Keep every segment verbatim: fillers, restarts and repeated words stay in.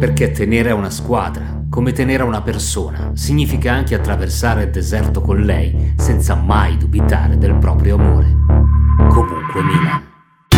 Perché tenere a una squadra, come tenere a una persona, significa anche attraversare il deserto con lei senza mai dubitare del proprio amore. Comunque Milan.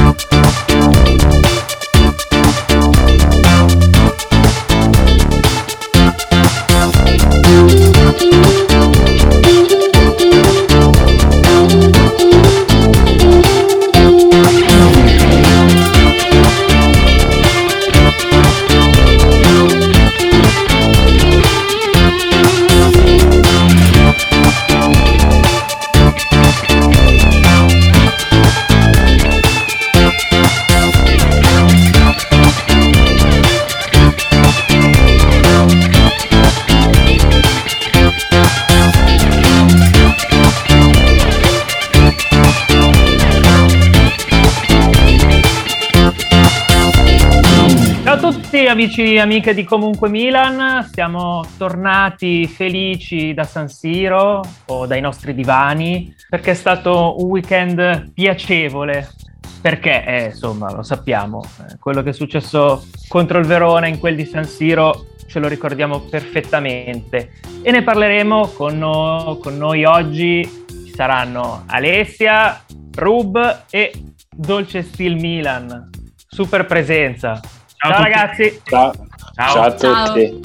Amici e amiche di Comunque Milan, siamo tornati felici da San Siro o dai nostri divani perché è stato un weekend piacevole, perché eh, insomma lo sappiamo, eh, quello che è successo contro il Verona in quel di San Siro ce lo ricordiamo perfettamente e ne parleremo con, no, con noi oggi. Ci saranno Alessia, Rub e Dolce Steel Milan, super presenza. Ciao, Ciao ragazzi. Ciao. Ciao. Ciao a tutti.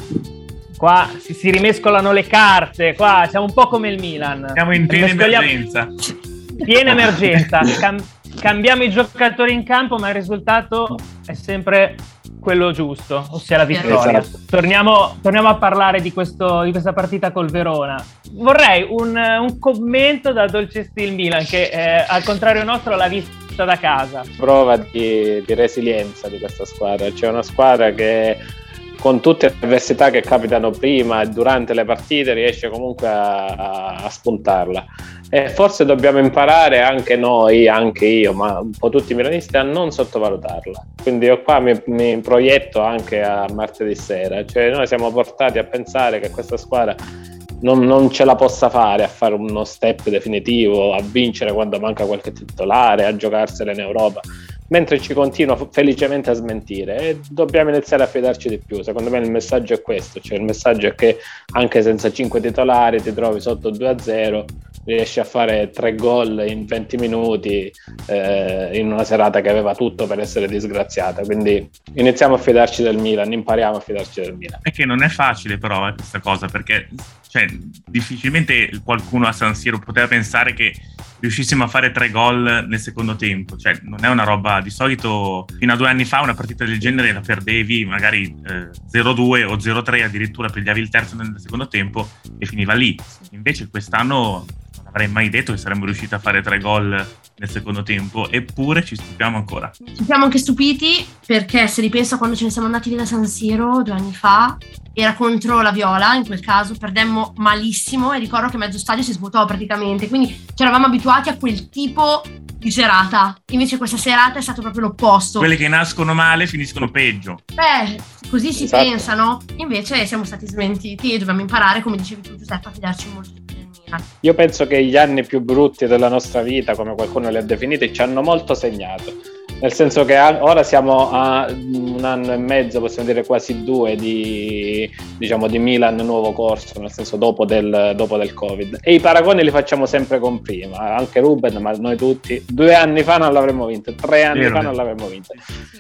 Qua si, si rimescolano le carte, qua siamo un po' come il Milan. Siamo in piena emergenza. Piena emergenza. Cam- cambiamo i giocatori in campo, ma il risultato è sempre quello giusto, ossia la vittoria. Esatto. Torniamo, torniamo a parlare di, questo, di questa partita col Verona. Vorrei un, un commento da Dolce Steel Milan, che eh, al contrario nostro l'ha visto da casa. Prova di, di resilienza di questa squadra. C'è una squadra che con tutte le avversità che capitano prima e durante le partite riesce comunque a, a, a spuntarla, e forse dobbiamo imparare anche noi, anche io, ma un po' tutti i milanisti, a non sottovalutarla. Quindi io qua mi, mi proietto anche a martedì sera, cioè noi siamo portati a pensare che questa squadra Non, non ce la possa fare a fare uno step definitivo, a vincere quando manca qualche titolare, a giocarsela in Europa, mentre ci continua felicemente a smentire, e dobbiamo iniziare a fidarci di più. Secondo me il messaggio è questo, cioè il messaggio è che anche senza cinque titolari ti trovi sotto due a zero, riesci a fare tre gol in venti minuti eh, in una serata che aveva tutto per essere disgraziata. Quindi iniziamo a fidarci del Milan, impariamo a fidarci del Milan. È che non è facile però eh, questa cosa, perché cioè, difficilmente qualcuno a San Siro poteva pensare che riuscissimo a fare tre gol nel secondo tempo. Cioè non è una roba, di solito fino a due anni fa una partita del genere la perdevi magari eh, zero due o zero tre, addirittura pigliavi il terzo nel secondo tempo e finiva lì. Invece quest'anno non avrei mai detto che saremmo riusciti a fare tre gol nel secondo tempo, eppure ci stupiamo ancora. Ci siamo anche stupiti perché, se ripenso a quando ce ne siamo andati lì da San Siro due anni fa, era contro la Viola, in quel caso perdemmo malissimo e ricordo che mezzo stadio si svuotò praticamente, quindi ci eravamo abituati a quel tipo di serata. Invece questa serata è stato proprio l'opposto. Quelle che nascono male finiscono peggio. Beh, così si Esatto. pensa, no? Invece siamo stati smentiti e dobbiamo imparare, come dicevi tu Giuseppe, a fidarci molto di più del Milan. Io penso che gli anni più brutti della nostra vita, come qualcuno li ha definiti, ci hanno molto segnato. Nel senso che ora siamo a un anno e mezzo, possiamo dire quasi due, di, diciamo, di Milan nuovo corso, nel senso dopo del, dopo del Covid. E i paragoni li facciamo sempre con prima, anche Ruben, ma noi tutti. Due anni fa non l'avremmo vinto, tre anni Vero. fa non l'avremmo vinto.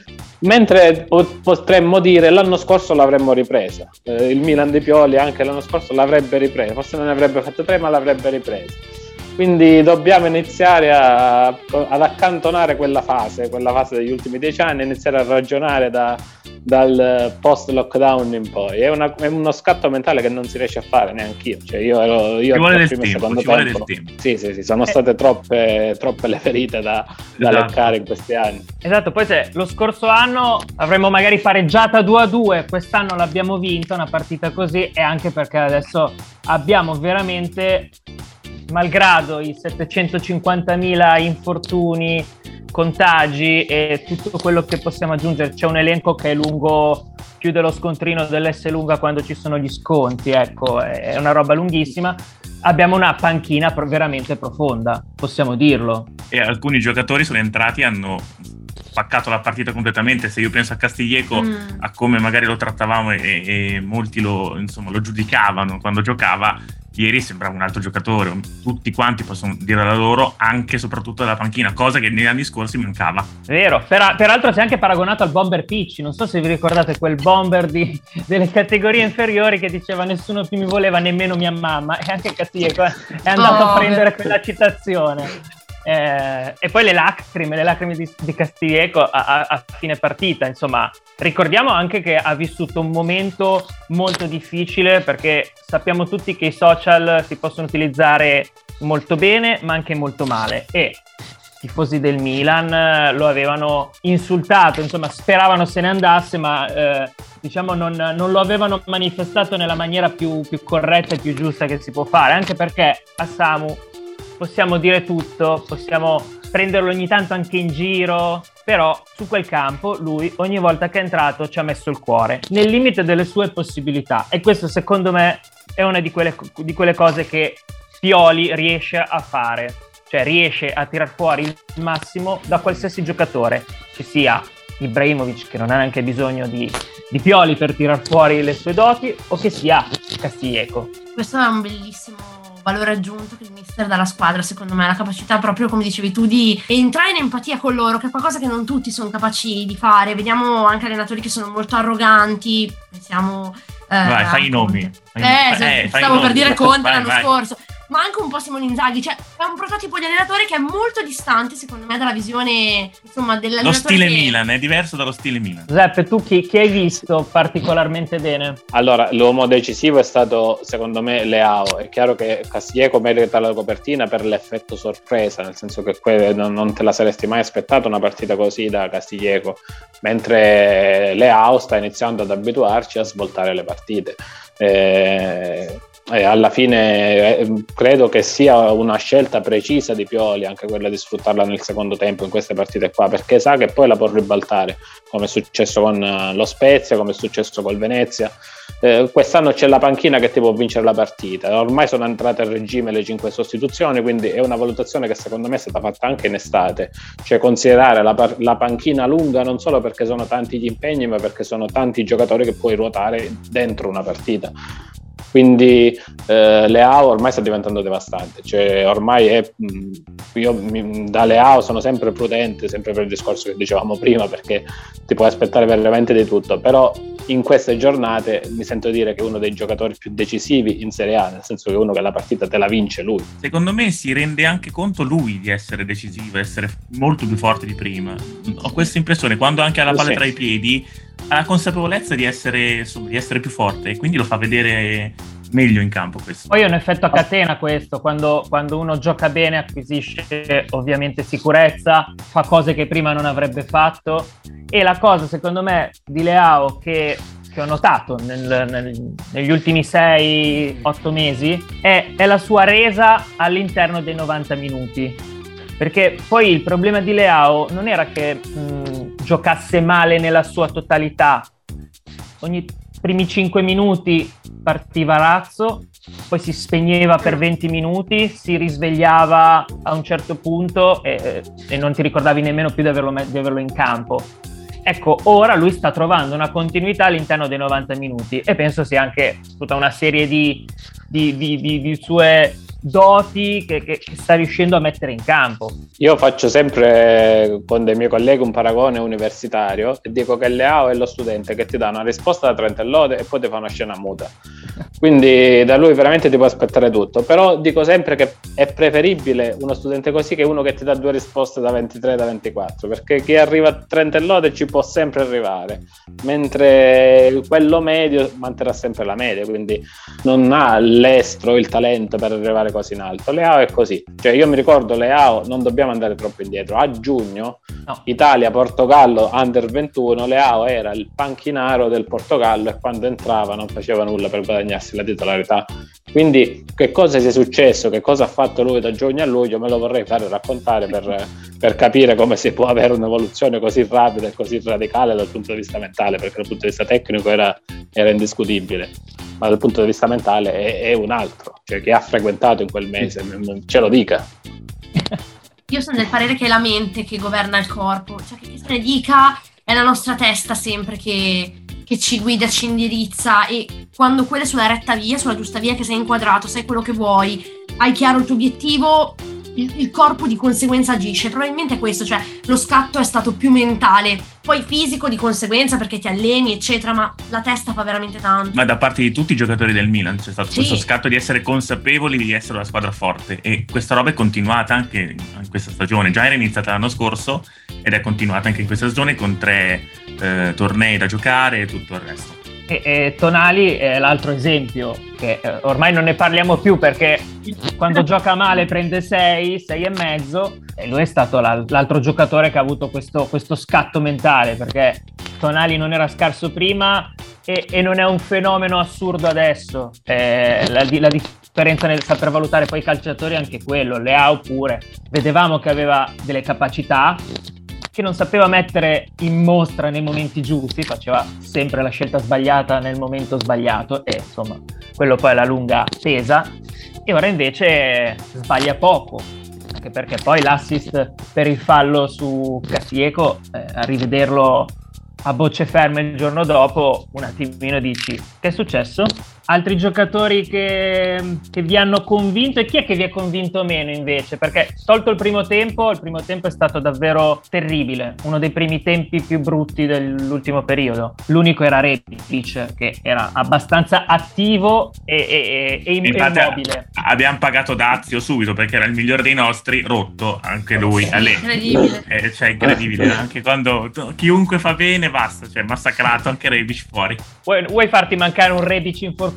Mentre potremmo dire l'anno scorso l'avremmo ripresa. Eh, il Milan di Pioli anche l'anno scorso l'avrebbe ripresa, forse non ne avrebbe fatto tre, ma l'avrebbe ripresa. Quindi dobbiamo iniziare a, ad accantonare quella fase, quella fase degli ultimi dieci anni, iniziare a ragionare da, dal post-lockdown in poi. È, una, è uno scatto mentale che non si riesce a fare neanche io. Cioè io ero io ci vuole del primo tempo, secondo ci vuole tempo. del tempo. Sì, sì, sì, sono state troppe, troppe le ferite da, da Esatto. leccare in questi anni. Esatto, poi se lo scorso anno avremmo magari pareggiata due a due, quest'anno l'abbiamo vinta una partita così, e anche perché adesso abbiamo veramente, malgrado i settecentocinquantamila infortuni, contagi e tutto quello che possiamo aggiungere, c'è un elenco che è lungo più dello scontrino dell'S lunga quando ci sono gli sconti, ecco, è una roba lunghissima. Abbiamo una panchina veramente profonda, possiamo dirlo. E alcuni giocatori sono entrati e hanno spaccato la partita completamente. Se io penso a Castillejo, mm. a come magari lo trattavamo e, e molti lo, insomma, lo giudicavano quando giocava, ieri sembrava un altro giocatore. Tutti quanti possono dire la loro, anche e soprattutto dalla panchina, cosa che negli anni scorsi mancava. Vero, per, peraltro si è anche paragonato al bomber Picci, non so se vi ricordate quel bomber di, delle categorie inferiori che diceva nessuno più mi voleva, nemmeno mia mamma, e anche Castillejo è andato oh, a prendere quella citazione. Eh, e poi le lacrime, le lacrime di, di Castillejo a, a, a fine partita, insomma. Ricordiamo anche che ha vissuto un momento molto difficile, perché sappiamo tutti che i social si possono utilizzare molto bene ma anche molto male, e i tifosi del Milan lo avevano insultato, insomma speravano se ne andasse, ma eh, diciamo non, non lo avevano manifestato nella maniera più, più corretta e più giusta che si può fare, anche perché a Samu possiamo dire tutto, possiamo prenderlo ogni tanto anche in giro, però su quel campo lui ogni volta che è entrato ci ha messo il cuore, nel limite delle sue possibilità, e questo secondo me è una di quelle, di quelle cose che Pioli riesce a fare, cioè riesce a tirar fuori il massimo da qualsiasi giocatore, ci sia Ibrahimovic, che non ha neanche bisogno di, di Pioli per tirar fuori le sue doti, o che sia Castillejo. Questo è un bellissimo valore aggiunto che il mister dà alla squadra, secondo me, la capacità proprio, come dicevi tu, di entrare in empatia con loro, che è qualcosa che non tutti sono capaci di fare. Vediamo anche allenatori che sono molto arroganti, pensiamo eh, vai, fai i nomi. Fai eh, eh, stavo per dire Conte l'anno scorso, ma anche un po' Simone Inzaghi, cioè è un prototipo di allenatore che è molto distante, secondo me, dalla visione, insomma, dell'allenatore. Lo stile che... Milan è diverso dallo stile Milan. Giuseppe, tu chi, chi hai visto particolarmente bene? Allora, l'uomo decisivo è stato, secondo me, Leao. È chiaro che Castillejo merita la copertina per l'effetto sorpresa, nel senso che que- non, non te la saresti mai aspettato una partita così da Castillejo, mentre Leao sta iniziando ad abituarci a svoltare le partite. Eh... E alla fine eh, credo che sia una scelta precisa di Pioli anche quella di sfruttarla nel secondo tempo in queste partite qua, perché sa che poi la può ribaltare, come è successo con uh, lo Spezia, come è successo col Venezia. Eh, quest'anno c'è la panchina che ti può vincere la partita, ormai sono entrate a regime le cinque sostituzioni, quindi è una valutazione che secondo me è stata fatta anche in estate, cioè considerare la, par- la panchina lunga non solo perché sono tanti gli impegni, ma perché sono tanti i giocatori che puoi ruotare dentro una partita. Quindi eh, Leao ormai sta diventando devastante, cioè ormai è, io da Leao sono sempre prudente, sempre per il discorso che dicevamo prima, perché ti puoi aspettare veramente di tutto, però in queste giornate mi sento dire che è uno dei giocatori più decisivi in Serie A, nel senso che è uno che la partita te la vince lui. Secondo me si rende anche conto lui di essere decisivo, essere molto più forte di prima. Ho questa impressione, quando anche ha la palla sì. tra i piedi, ha la consapevolezza di essere, insomma, di essere più forte, e quindi lo fa vedere meglio in campo questo. Poi è un effetto a catena questo, quando, quando uno gioca bene acquisisce ovviamente sicurezza, fa cose che prima non avrebbe fatto, e la cosa secondo me di Leao che, che ho notato nel, nel, negli ultimi sei otto mesi è, è la sua resa all'interno dei novanta minuti, perché poi il problema di Leao non era che mh, giocasse male nella sua totalità, ogni primi cinque minuti partiva razzo, poi si spegneva per venti minuti, si risvegliava a un certo punto e, e non ti ricordavi nemmeno più di averlo, di averlo in campo. Ecco, ora lui sta trovando una continuità all'interno dei novanta minuti, e penso sia anche tutta una serie di, di, di, di, di sue doti che, che, che sta riuscendo a mettere in campo. Io faccio sempre con dei miei colleghi un paragone universitario e dico che Leao è lo studente che ti dà una risposta da trenta lode e poi ti fa una scena muta, quindi da lui veramente ti puoi aspettare tutto, però dico sempre che è preferibile uno studente così che uno che ti dà due risposte da ventitré da ventiquattro, perché chi arriva a trenta lode ci può sempre arrivare, mentre quello medio manterrà sempre la media, quindi non ha l'estro, il talento per arrivare così in alto. Leao è così, cioè io mi ricordo Leao, non dobbiamo andare troppo indietro, a giugno no. Italia-Portogallo under ventuno, Leao era il panchinaro del Portogallo e quando entrava non faceva nulla per guadagnarsi la titolarità, quindi che cosa sia successo, che cosa ha fatto lui da giugno a luglio me lo vorrei fare raccontare per, per capire come si può avere un'evoluzione così rapida e così radicale dal punto di vista mentale, perché dal punto di vista tecnico era, era indiscutibile, ma dal punto di vista mentale è, è un altro, cioè chi ha frequentato in quel mese ce lo dica. Io sono del parere che è la mente che governa il corpo, cioè che se ne dica è la nostra testa sempre che, che ci guida, ci indirizza, e quando quella è sulla retta via, sulla giusta via, che sei inquadrato, sai quello che vuoi, hai chiaro il tuo obiettivo, il, il corpo di conseguenza agisce. Probabilmente è questo, cioè lo scatto è stato più mentale, poi fisico di conseguenza perché ti alleni eccetera, ma la testa fa veramente tanto. Ma da parte di tutti i giocatori del Milan c'è stato Sì. questo scatto di essere consapevoli di essere una squadra forte, e questa roba è continuata anche in questa stagione. Già era iniziata l'anno scorso ed è continuata anche in questa stagione con tre eh, tornei da giocare e tutto il resto. E, e Tonali è l'altro esempio, che eh, ormai non ne parliamo più perché quando gioca male prende sei, sei e mezzo, e lui è stato l'al- l'altro giocatore che ha avuto questo, questo scatto mentale, perché Tonali non era scarso prima e, e non è un fenomeno assurdo adesso. Eh, la, la differenza nel saper valutare poi i calciatori è anche quello, Leao pure, vedevamo che aveva delle capacità che non sapeva mettere in mostra nei momenti giusti, faceva sempre la scelta sbagliata nel momento sbagliato, e insomma quello poi alla lunga pesa, e ora invece sbaglia poco, anche perché poi l'assist per il fallo su Castillejo, eh, a rivederlo a bocce ferme il giorno dopo, un attimino dici: che è successo? Altri giocatori che, che vi hanno convinto, e chi è che vi ha convinto meno invece? Perché tolto il primo tempo, il primo tempo è stato davvero terribile, uno dei primi tempi più brutti dell'ultimo periodo. L'unico era Rebic, che era abbastanza attivo e, e, e, e immobile. Abbiamo pagato Dazio subito perché era il migliore dei nostri, rotto anche lui. Sì, incredibile. Eh, cioè incredibile, anche quando chiunque fa bene basta, cioè massacrato anche Rebic fuori. Vuoi, vuoi farti mancare un Rebic infortunato?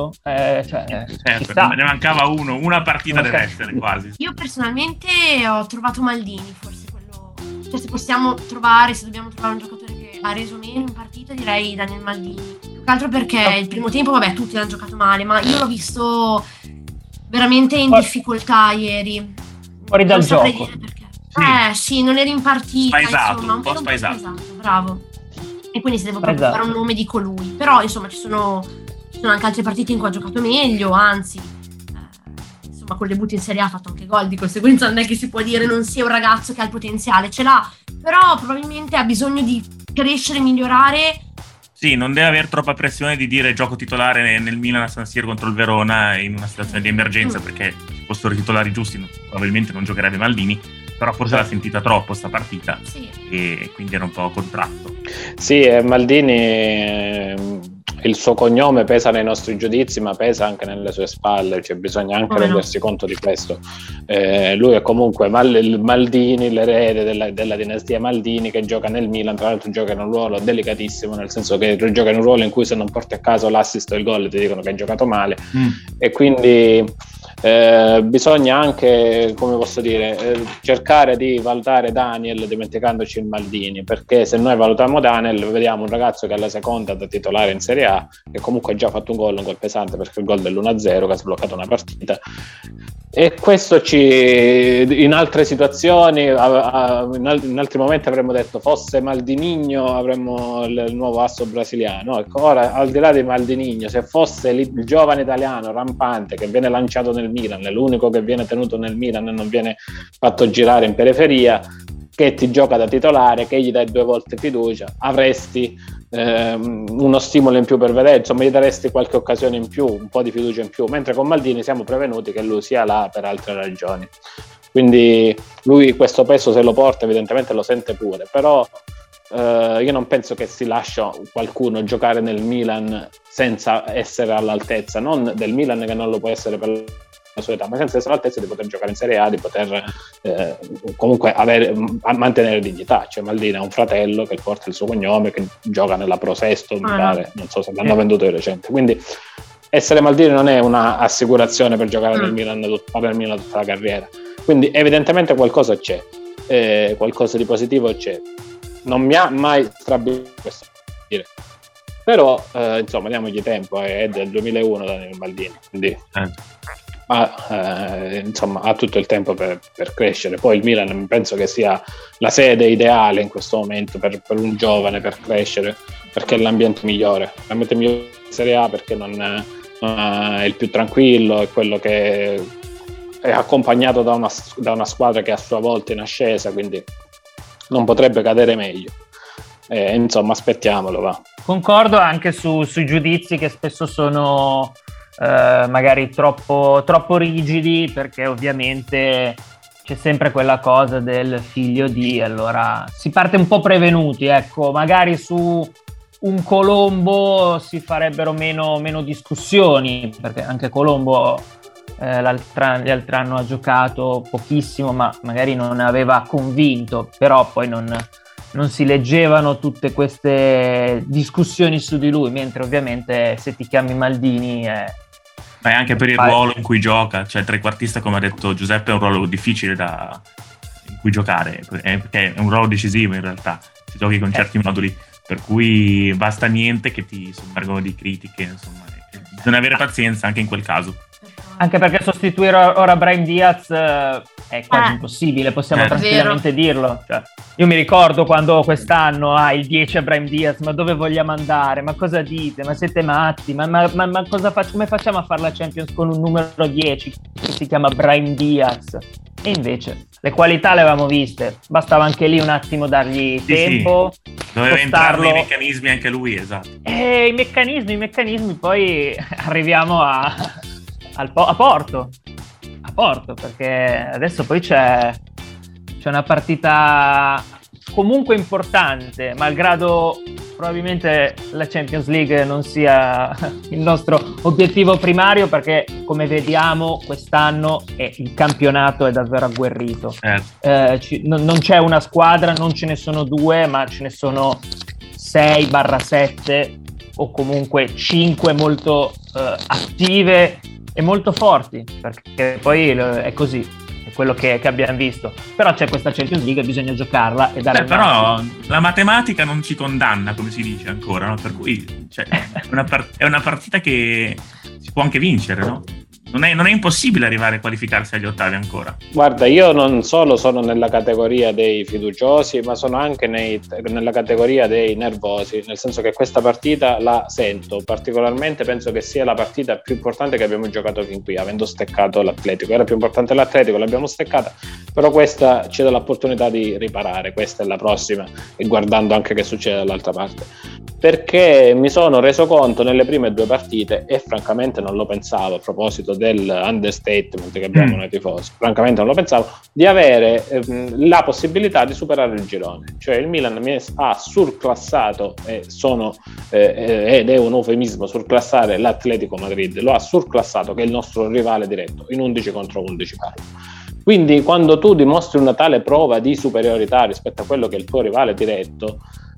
Eh, cioè, certo, ne mancava uno, una partita okay. deve essere quasi. Io personalmente ho trovato Maldini, forse quello, cioè se possiamo trovare, se dobbiamo trovare un giocatore che ha reso meno in partita, direi Daniel Maldini, più che altro perché il primo tempo vabbè tutti l'hanno giocato male, ma io l'ho visto veramente in difficoltà ieri, fuori dal gioco. Sì. Eh sì, non eri in partita, spaesato, insomma, un po' spaesato. spaesato, bravo. E quindi se devo proprio fare un nome dico lui, però insomma ci sono, ci sono anche altre partite in cui ha giocato meglio, anzi eh, insomma col debutto in Serie A ha fatto anche gol, di conseguenza non è che si può dire non sia un ragazzo che ha il potenziale, ce l'ha, però probabilmente ha bisogno di crescere, migliorare. Sì, non deve avere troppa pressione di dire gioco titolare nel Milan a San Siro contro il Verona in una situazione di emergenza, mm. perché se fossero i titolari giusti no, probabilmente non giocherebbe Maldini, però forse l'ha sentita troppo sta partita, sì. E quindi era un po' contratto. Sì, e Maldini, il suo cognome pesa nei nostri giudizi, ma pesa anche nelle sue spalle, cioè bisogna anche oh, rendersi no. conto di questo. Eh, lui è comunque Mal- il Maldini, l'erede della, della dinastia Maldini, che gioca nel Milan, tra l'altro gioca in un ruolo delicatissimo, nel senso che gioca in un ruolo in cui se non porti a caso l'assist o il gol ti dicono che hai giocato male, mm. e quindi eh, bisogna anche, come posso dire, eh, cercare di valutare Daniel dimenticandoci il Maldini, perché se noi valutiamo Daniel vediamo un ragazzo che alla seconda da titolare in Serie A, che comunque ha già fatto un gol, un gol pesante perché il gol dell'uno a zero che ha sbloccato una partita, e questo ci in altre situazioni in altri momenti avremmo detto fosse Maldinigno avremmo il nuovo asso brasiliano. Ecco, ora al di là di Maldinigno, se fosse il giovane italiano rampante che viene lanciato nel Milan, è l'unico che viene tenuto nel Milan e non viene fatto girare in periferia, che ti gioca da titolare, che gli dai due volte fiducia, avresti ehm, uno stimolo in più per vedere, insomma gli daresti qualche occasione in più, un po' di fiducia in più, mentre con Maldini siamo prevenuti che lui sia là per altre ragioni, quindi lui questo peso se lo porta, evidentemente lo sente pure, però eh, io non penso che si lascia qualcuno giocare nel Milan senza essere all'altezza, non del Milan che non lo può essere per la sua età, ma senza essere all'altezza di poter giocare in Serie A, di poter eh, comunque avere, a mantenere dignità. Cioè Maldini ha un fratello che porta il suo cognome, che gioca nella Pro Sesto, mi pare, non so se l'hanno venduto di recente, quindi essere Maldini non è una assicurazione per giocare nel Milan, per Milan tutta la carriera, quindi evidentemente qualcosa c'è, eh, qualcosa di positivo c'è, non mi ha mai strabilito questo dire, però eh, insomma diamogli tempo, è del duemilauno Daniel Maldini, quindi eh. Ha, eh, insomma ha tutto il tempo per, per crescere. Poi il Milan penso che sia la sede ideale in questo momento per, per un giovane per crescere, perché è l'ambiente migliore, l'ambiente migliore in Serie A, perché non è, non è il più tranquillo, è quello che è accompagnato da una, da una squadra che a sua volta è in ascesa, quindi non potrebbe cadere meglio. Eh, insomma, aspettiamolo, va. Concordo anche su, sui giudizi che spesso sono eh, magari troppo, troppo rigidi, perché ovviamente c'è sempre quella cosa del figlio di, allora si parte un po' prevenuti, ecco, magari su un Colombo si farebbero meno, meno discussioni, perché anche Colombo eh, l'altra, gli altri anno ha giocato pochissimo, ma magari non aveva convinto, però poi non, non si leggevano tutte queste discussioni su di lui, mentre ovviamente se ti chiami Maldini è... Ma è anche per il ruolo in cui gioca, cioè trequartista, come ha detto Giuseppe, è un ruolo difficile da in cui giocare, perché è un ruolo decisivo in realtà, si giochi con certi eh. moduli, per cui basta niente che ti sommergono di critiche, insomma, bisogna avere pazienza anche in quel caso. Anche perché sostituire ora Brahim Diaz eh, è quasi ah. impossibile, possiamo eh. tranquillamente dirlo. Cioè, io mi ricordo quando quest'anno ha ah, il dieci a Brahim Diaz, ma dove vogliamo andare? Ma cosa dite? Ma siete matti? Ma, ma, ma, ma cosa fac- come facciamo a fare la Champions con un numero dieci che si chiama Brahim Diaz? E invece le qualità le avevamo viste, bastava anche lì un attimo dargli sì, tempo. Sì. Doveva entrare nei meccanismi anche lui, esatto. E i meccanismi, i meccanismi, poi arriviamo a... Al po- a Porto a Porto perché adesso poi c'è c'è una partita comunque importante, malgrado probabilmente la Champions League non sia il nostro obiettivo primario, perché come vediamo quest'anno è, il campionato è davvero agguerrito. eh. Eh, ci, non, non c'è una squadra, non ce ne sono due, ma ce ne sono sei sette o comunque cinque molto eh, attive e molto forti, perché poi è così, è quello che, che abbiamo visto. Però c'è questa Champions League e bisogna giocarla e dare. Beh, però la matematica non ci condanna, come si dice ancora, no? Per cui cioè, è, una part- è una partita che si può anche vincere, no? Non è, non è impossibile arrivare a qualificarsi agli ottavi ancora. Guarda, io non solo sono nella categoria dei fiduciosi, ma sono anche nei, nella categoria dei nervosi, nel senso che questa partita la sento particolarmente, penso che sia la partita più importante che abbiamo giocato fin qui, avendo steccato l'Atletico. Era più importante l'Atletico, l'abbiamo steccata, però questa ci dà l'opportunità di riparare, questa è la prossima, e guardando anche che succede dall'altra parte. Perché mi sono reso conto nelle prime due partite, e francamente non lo pensavo, a proposito dell'understatement che abbiamo mm. nei tifosi, francamente non lo pensavo, di avere ehm, la possibilità di superare il girone. Cioè il Milan mi ha surclassato, e sono, eh, ed è un eufemismo surclassare l'Atletico Madrid, lo ha surclassato, che è il nostro rivale diretto, in undici contro undici parlo. Quindi quando tu dimostri una tale prova di superiorità rispetto a quello che è il tuo rivale diretto,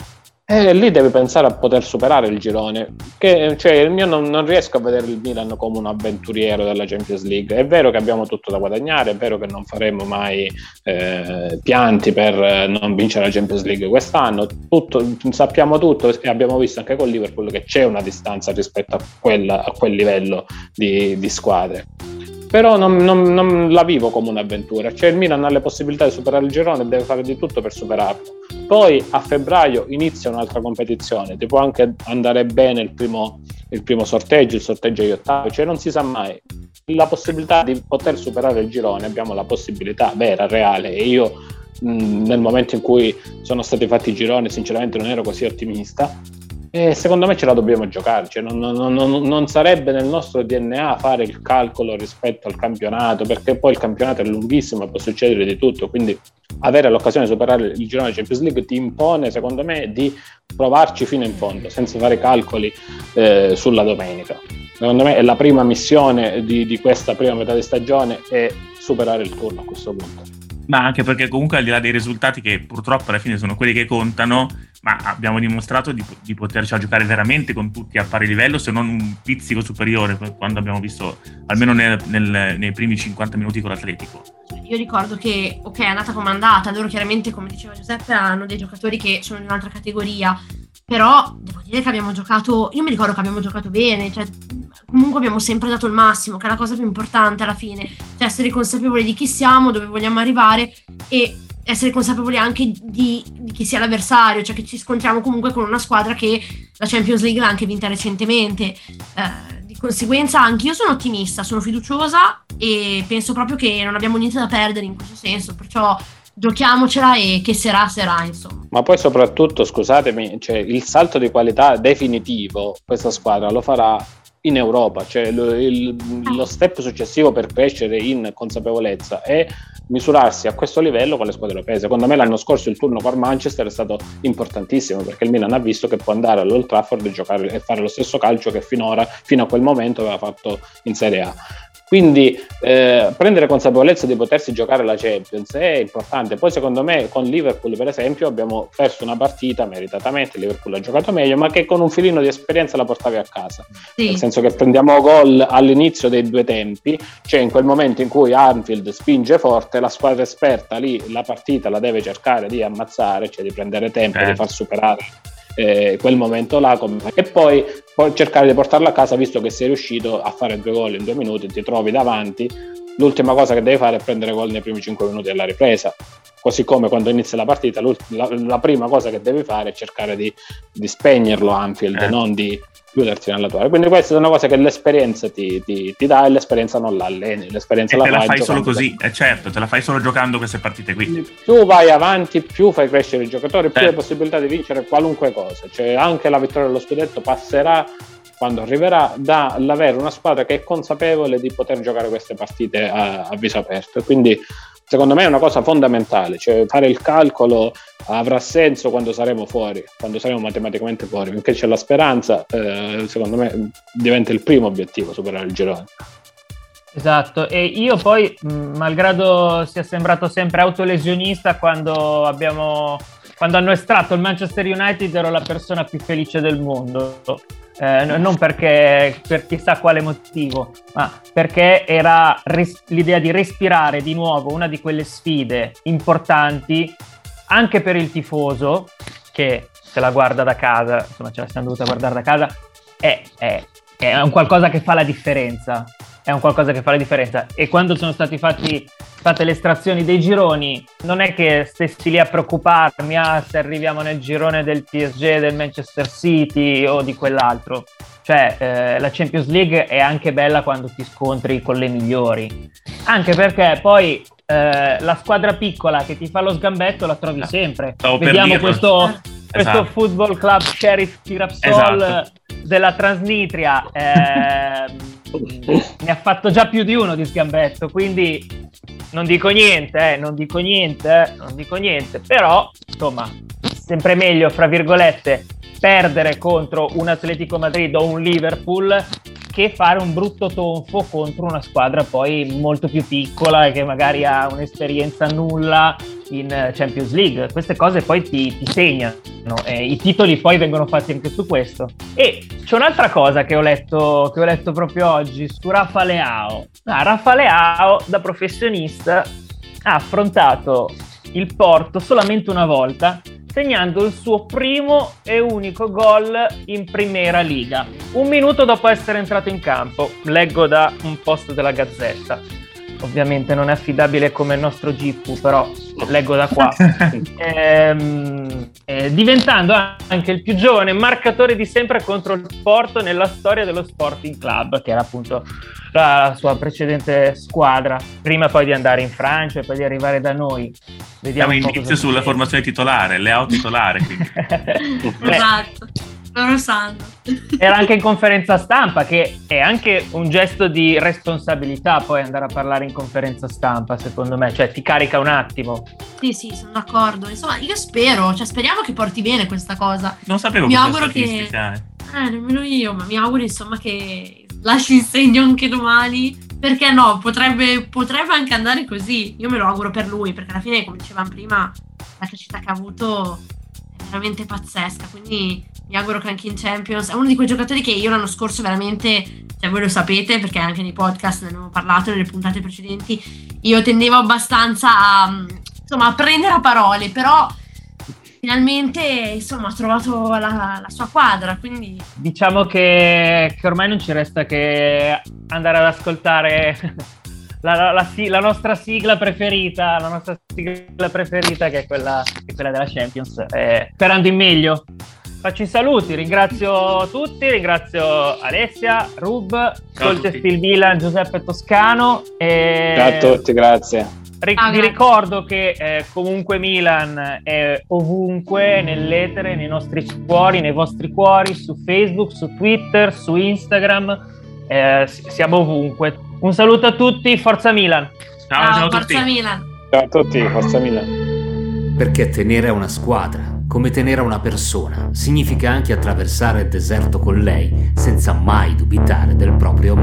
e lì devi pensare a poter superare il girone, che cioè io non, non riesco a vedere il Milan come un avventuriero della Champions League. È vero che abbiamo tutto da guadagnare, è vero che non faremo mai eh, pianti per non vincere la Champions League quest'anno, tutto, sappiamo tutto, e abbiamo visto anche con Liverpool che c'è una distanza rispetto a, quella, a quel livello di, di squadre. Però non, non, non la vivo come un'avventura, cioè il Milan ha le possibilità di superare il girone e deve fare di tutto per superarlo. Poi a febbraio inizia un'altra competizione, ti può anche andare bene il primo, il primo sorteggio, il sorteggio agli ottavi, cioè non si sa mai. La possibilità di poter superare il girone, abbiamo la possibilità vera, reale, e io mh, nel momento in cui sono stati fatti i gironi sinceramente non ero così ottimista. E secondo me ce la dobbiamo giocare, cioè non, non, non, non sarebbe nel nostro D N A fare il calcolo rispetto al campionato, perché poi il campionato è lunghissimo e può succedere di tutto, quindi avere l'occasione di superare il girone di Champions League ti impone secondo me di provarci fino in fondo senza fare calcoli eh, sulla domenica. Secondo me è la prima missione di, di questa prima metà di stagione, è superare il turno a questo punto. Ma anche perché comunque al di là dei risultati, che purtroppo alla fine sono quelli che contano, ma abbiamo dimostrato di, di poterci giocare veramente con tutti a pari livello, se non un pizzico superiore, quando abbiamo visto almeno nel, nel, nei primi cinquanta minuti con l'Atletico. Io ricordo che ok, è andata come è andata, loro chiaramente, come diceva Giuseppe, hanno dei giocatori che sono in un'altra categoria, però devo dire che abbiamo giocato, io mi ricordo che abbiamo giocato bene, cioè comunque abbiamo sempre dato il massimo, che è la cosa più importante alla fine, cioè essere consapevoli di chi siamo, dove vogliamo arrivare e essere consapevoli anche di, di chi sia l'avversario, cioè che ci scontriamo comunque con una squadra che la Champions League l'ha anche vinta recentemente, eh, di conseguenza anche io sono ottimista, sono fiduciosa, e penso proprio che non abbiamo niente da perdere in questo senso, perciò giochiamocela e che sarà sarà, insomma. Ma poi soprattutto, scusatemi, cioè, il salto di qualità definitivo questa squadra lo farà in Europa, cioè lo, il, lo step successivo per crescere in consapevolezza è misurarsi a questo livello con le squadre europee. Secondo me l'anno scorso il turno con Manchester è stato importantissimo, perché il Milan ha visto che può andare all'Old Trafford e giocare e fare lo stesso calcio che finora, fino a quel momento, aveva fatto in Serie A. Quindi eh, prendere consapevolezza di potersi giocare la Champions è importante. Poi secondo me con Liverpool, per esempio, abbiamo perso una partita meritatamente, il Liverpool ha giocato meglio, ma che con un filino di esperienza la portavi a casa, sì. Nel senso che prendiamo gol all'inizio dei due tempi, cioè in quel momento in cui Anfield spinge forte, la squadra esperta lì la partita la deve cercare di ammazzare, cioè di prendere tempo, eh. di far superare Eh, quel momento là, come... e poi, poi cercare di portarlo a casa, visto che sei riuscito a fare due gol in due minuti, ti trovi davanti, l'ultima cosa che devi fare è prendere gol nei primi cinque minuti della ripresa, così come quando inizia la partita la, la prima cosa che devi fare è cercare di, di spegnerlo Anfield, eh. non di chiudersi nella tua. Quindi questa è una cosa che l'esperienza ti, ti, ti dà, e l'esperienza non la alleni, l'esperienza e la te la fai, fai solo così, te... eh certo, te la fai solo giocando queste partite qui. Quindi più vai avanti, più fai crescere i giocatori, più eh. hai possibilità di vincere qualunque cosa, cioè anche la vittoria dello scudetto passerà, quando arriverà, dall'avere una squadra che è consapevole di poter giocare queste partite a, a viso aperto. E quindi secondo me è una cosa fondamentale, cioè fare il calcolo avrà senso quando saremo fuori, quando saremo matematicamente fuori, finché c'è la speranza, eh, secondo me diventa il primo obiettivo superare il girone. Esatto, e io poi, mh, malgrado sia sembrato sempre autolesionista, quando abbiamo quando hanno estratto il Manchester United ero la persona più felice del mondo. Eh, non perché per chissà quale motivo, ma perché era res- l'idea di respirare di nuovo una di quelle sfide importanti anche per il tifoso che se la guarda da casa, insomma ce la siamo dovuta guardare da casa, è, è, è un qualcosa che fa la differenza, è un qualcosa che fa la differenza. E quando sono stati fatti fatte le estrazioni dei gironi, non è che stessi lì a preoccuparmi ah, se arriviamo nel girone del P S G, del Manchester City o di quell'altro. Cioè eh, la Champions League è anche bella quando ti scontri con le migliori, anche perché poi eh, la squadra piccola che ti fa lo sgambetto la trovi sempre. Stavo Vediamo questo, questo esatto. Football Club Sheriff Tiraspol esatto. della Transnistria eh, ne ha fatto già più di uno di sgambetto, quindi non dico niente, eh, non dico niente, eh, non dico niente, però insomma sempre meglio, fra virgolette, perdere contro un Atletico Madrid o un Liverpool che fare un brutto tonfo contro una squadra poi molto più piccola e che magari ha un'esperienza nulla in Champions League. Queste cose poi ti, ti segnano, e i titoli poi vengono fatti anche su questo. E c'è un'altra cosa che ho letto che ho letto proprio oggi su Rafa Leao. Ah, Rafa Leao da professionista ha affrontato il Porto solamente una volta, segnando il suo primo e unico gol in Primera Liga, un minuto dopo essere entrato in campo. Leggo da un post della Gazzetta, ovviamente non è affidabile come il nostro Gifu, però leggo da qua. ehm, eh, diventando anche il più giovane marcatore di sempre contro il Porto nella storia dello Sporting Club, che era appunto la sua precedente squadra, prima poi di andare in Francia e poi di arrivare da noi. Vediamo Siamo inizio sulla succede. Formazione titolare, Leao titolare. Esatto, loro sanno. Era anche in conferenza stampa, che è anche un gesto di responsabilità poi andare a parlare in conferenza stampa, secondo me, cioè ti carica un attimo. Sì, sì, sono d'accordo. Insomma, io spero, cioè speriamo che porti bene questa cosa. Non sapevo mi questa auguro statistica. Che... Eh, nemmeno io, ma mi auguro insomma che lasci il segno anche domani, perché no, potrebbe, potrebbe anche andare così. Io me lo auguro per lui, perché alla fine, come dicevamo prima, la crescita che ha avuto è veramente pazzesca, quindi mi auguro che anche in Champions è uno di quei giocatori che io l'anno scorso veramente, cioè voi lo sapete perché anche nei podcast ne abbiamo parlato nelle puntate precedenti, io tendevo abbastanza a, insomma, a prendere a parole, però finalmente insomma ha trovato la, la sua quadra, quindi diciamo che, che ormai non ci resta che andare ad ascoltare la, la, la, la nostra sigla preferita, la nostra sigla preferita che è quella, che è quella della Champions, eh, sperando in meglio. faccio i saluti, ringrazio tutti, ringrazio Alessia, Rub, Coltest il Milan, Giuseppe Toscano. E... Ciao a tutti, grazie. Ri- vi ricordo che eh, comunque Milan è ovunque, nell'etere, nei nostri cuori, nei vostri cuori, su Facebook, su Twitter, su Instagram, eh, siamo ovunque. Un saluto a tutti, forza Milan! Ciao, ciao, ciao a forza tutti. Milan! Ciao a tutti, forza Milan! Perché tenere a una squadra, come tenere a una persona, significa anche attraversare il deserto con lei senza mai dubitare del proprio amore.